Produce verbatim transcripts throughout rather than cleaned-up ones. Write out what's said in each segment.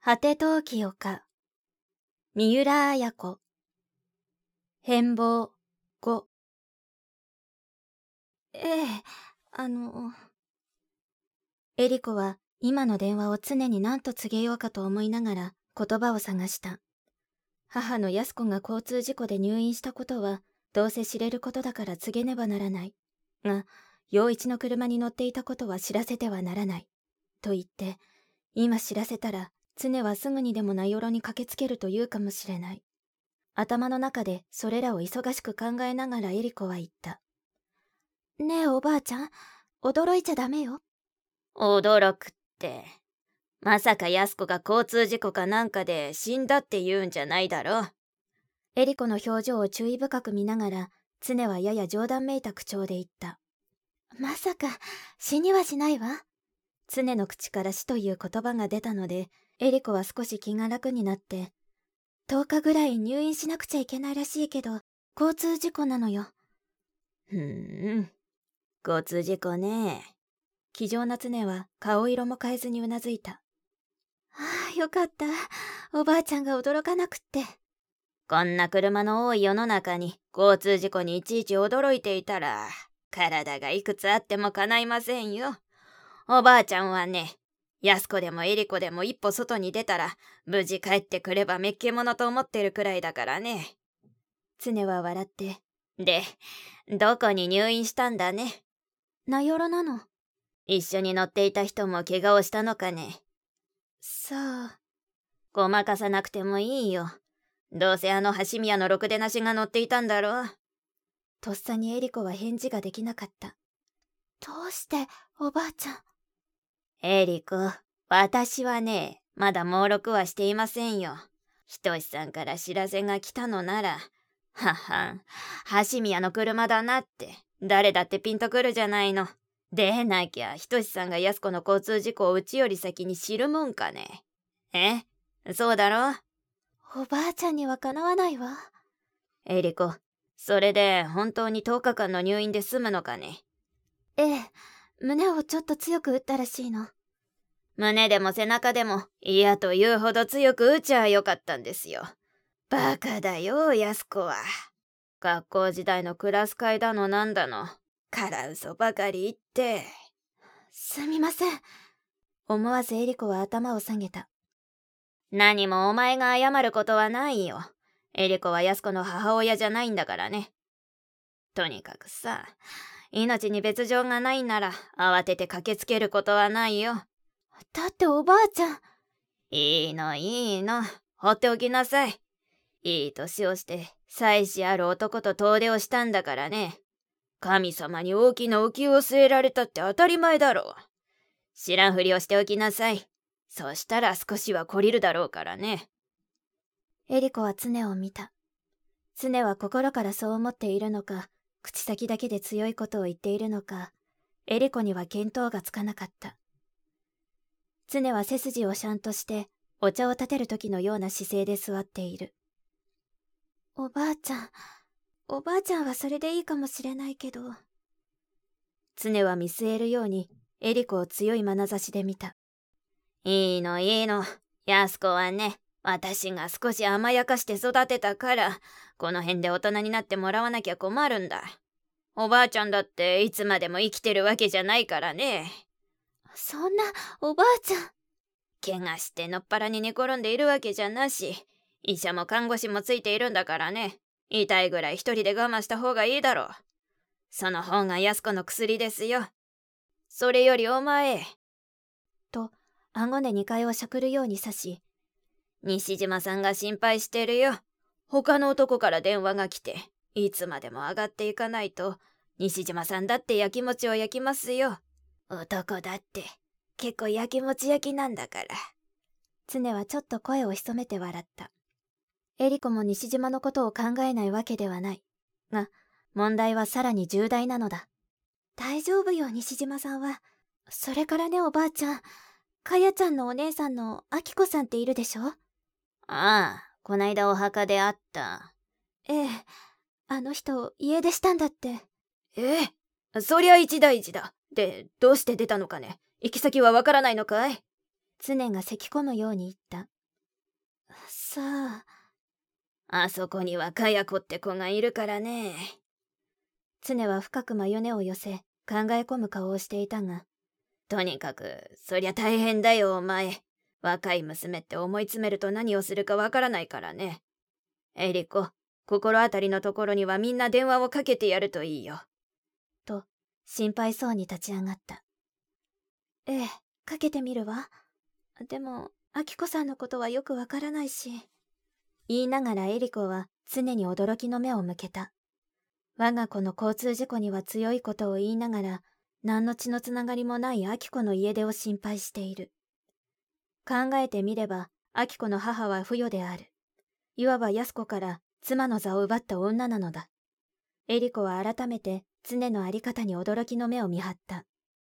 果て陶器丘、三浦綾子、変貌ご。ええ、あの、エリコは今の電話を常に何と告げようかと思いながら言葉を探した。母の安子が交通事故で入院したことはどうせ知れることだから告げねばならない。が、陽一の車に乗っていたことは知らせてはならない。と言って、今知らせたら常はすぐにでも名寄に駆けつけると言うかもしれない。頭の中でそれらを忙しく考えながらエリコは言った。ねえおばあちゃん、驚いちゃダメよ。 驚くって。まさか安子が交通事故かなんかで死んだって言うんじゃないだろ。 エリコの表情を注意深く見ながら、常はやや冗談めいた口調で言った。まさか死にはしないわ。常の口から死という言葉が出たので、エリコは少し気が楽になって、とおかぐらい入院しなくちゃいけないらしいけど、交通事故なのよ。 ふーん、交通事故ね。 気丈な常は顔色も変えずにうなずいた。ああ、よかった。おばあちゃんが驚かなくって。 こんな車の多い世の中に交通事故にいちいち驚いていたら、体がいくつあってもかないませんよ。おばあちゃんはね、安子でもエリコでも一歩外に出たら、無事帰ってくればめっけものと思ってるくらいだからね。 常は笑って。 で、どこに入院したんだね。 名寄なの。 一緒に乗っていた人も怪我をしたのかね。 さあ。 ごまかさなくてもいいよ。どうせあの橋宮のろくでなしが乗っていたんだろう。 とっさにエリコは返事ができなかった。どうしておばあちゃん。 エリコ、私はね、まだ猛録はしていませんよ。ひとしさんから知らせが来たのなら、ははん、橋宮の車だなって、誰だってピンとくるじゃないの。でなきゃ、ひとしさんが安子の交通事故をうちより先に知るもんかね。え？そうだろ？ おばあちゃんにはかなわないわ。 エリコ、それで本当にとおかかんの入院で済むのかね。 ええ、胸をちょっと強く打ったらしいの。 胸でも背中でも嫌というほど強く打ちゃよかったんですよ。バカだよ、安子は。学校時代のクラス会だのなんだの。から嘘ばかり言って。 すみません。思わずエリコは頭を下げた。 何もお前が謝ることはないよ。エリコは安子の母親じゃないんだからね。とにかくさ、命に別状がないんなら慌てて駆けつけることはないよ。 だっておばあちゃん。 いいのいいの、放っておきなさい。いい年をして妻子ある男と遠出をしたんだからね。神様に大きなお気を据えられたって当たり前だろう。知らんふりをしておきなさい。そしたら少しは懲りるだろうからね。 エリコは常を見た。常は心からそう思っているのか、口先だけで強いことを言っているのか、エリコには見当がつかなかった。常は背筋をシャンとしてお茶を立てる時のような姿勢で座っている。おばあちゃん、おばあちゃんはそれでいいかもしれないけど。常は見据えるようにエリコを強い眼差しで見た。 いいのいいの、安子はね、私が少し甘やかして育てたから、この辺で大人になってもらわなきゃ困るんだ。おばあちゃんだっていつまでも生きてるわけじゃないからね。 そんな、おばあちゃん。 怪我してのっぱらに寝転んでいるわけじゃなし、医者も看護師もついているんだからね。痛いぐらい一人で我慢した方がいいだろう。その方が安子の薬ですよ。それよりお前。 と、顎でにかいをしゃくるように刺し、 西島さんが心配してるよ。他の男から電話が来て、いつまでも上がっていかないと、西島さんだって焼きもちを焼きますよ。男だって結構焼きもち焼きなんだから。 常はちょっと声を潜めて笑った。エリコも西島のことを考えないわけではない。が、問題はさらに重大なのだ。大丈夫よ、西島さんは。それからね、おばあちゃん。かやちゃんのお姉さんのあきこさんっているでしょ？ああ、こないだお墓で会った。 ええ、あの人家出したんだって。 ええ、そりゃ一大事だ。で、どうして出たのかね。行き先はわからないのかい？ 常が咳き込むように言った。 さあ。 あそこにはかや子って子がいるからね。 常は深く眉根を寄せ、考え込む顔をしていたが。 とにかく、そりゃ大変だよお前。若い娘って思い詰めると何をするかわからないからね。エリコ、心当たりのところにはみんな電話をかけてやるといいよ。 と、心配そうに立ち上がった。ええ、かけてみるわ。でも、アキコさんのことはよくわからないし。言いながらエリコは常に驚きの目を向けた。我が子の交通事故には強いことを言いながら、何の血のつながりもないアキコの家出を心配している。考えてみれば、アキコの母は不与である。いわば安子から妻の座を奪った女なのだ。エリコは改めて常のあり方に驚きの目を見張った。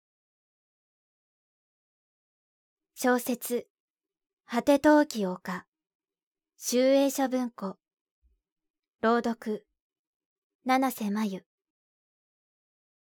小説、果て陶器丘、集英社文庫。朗読、七瀬真由。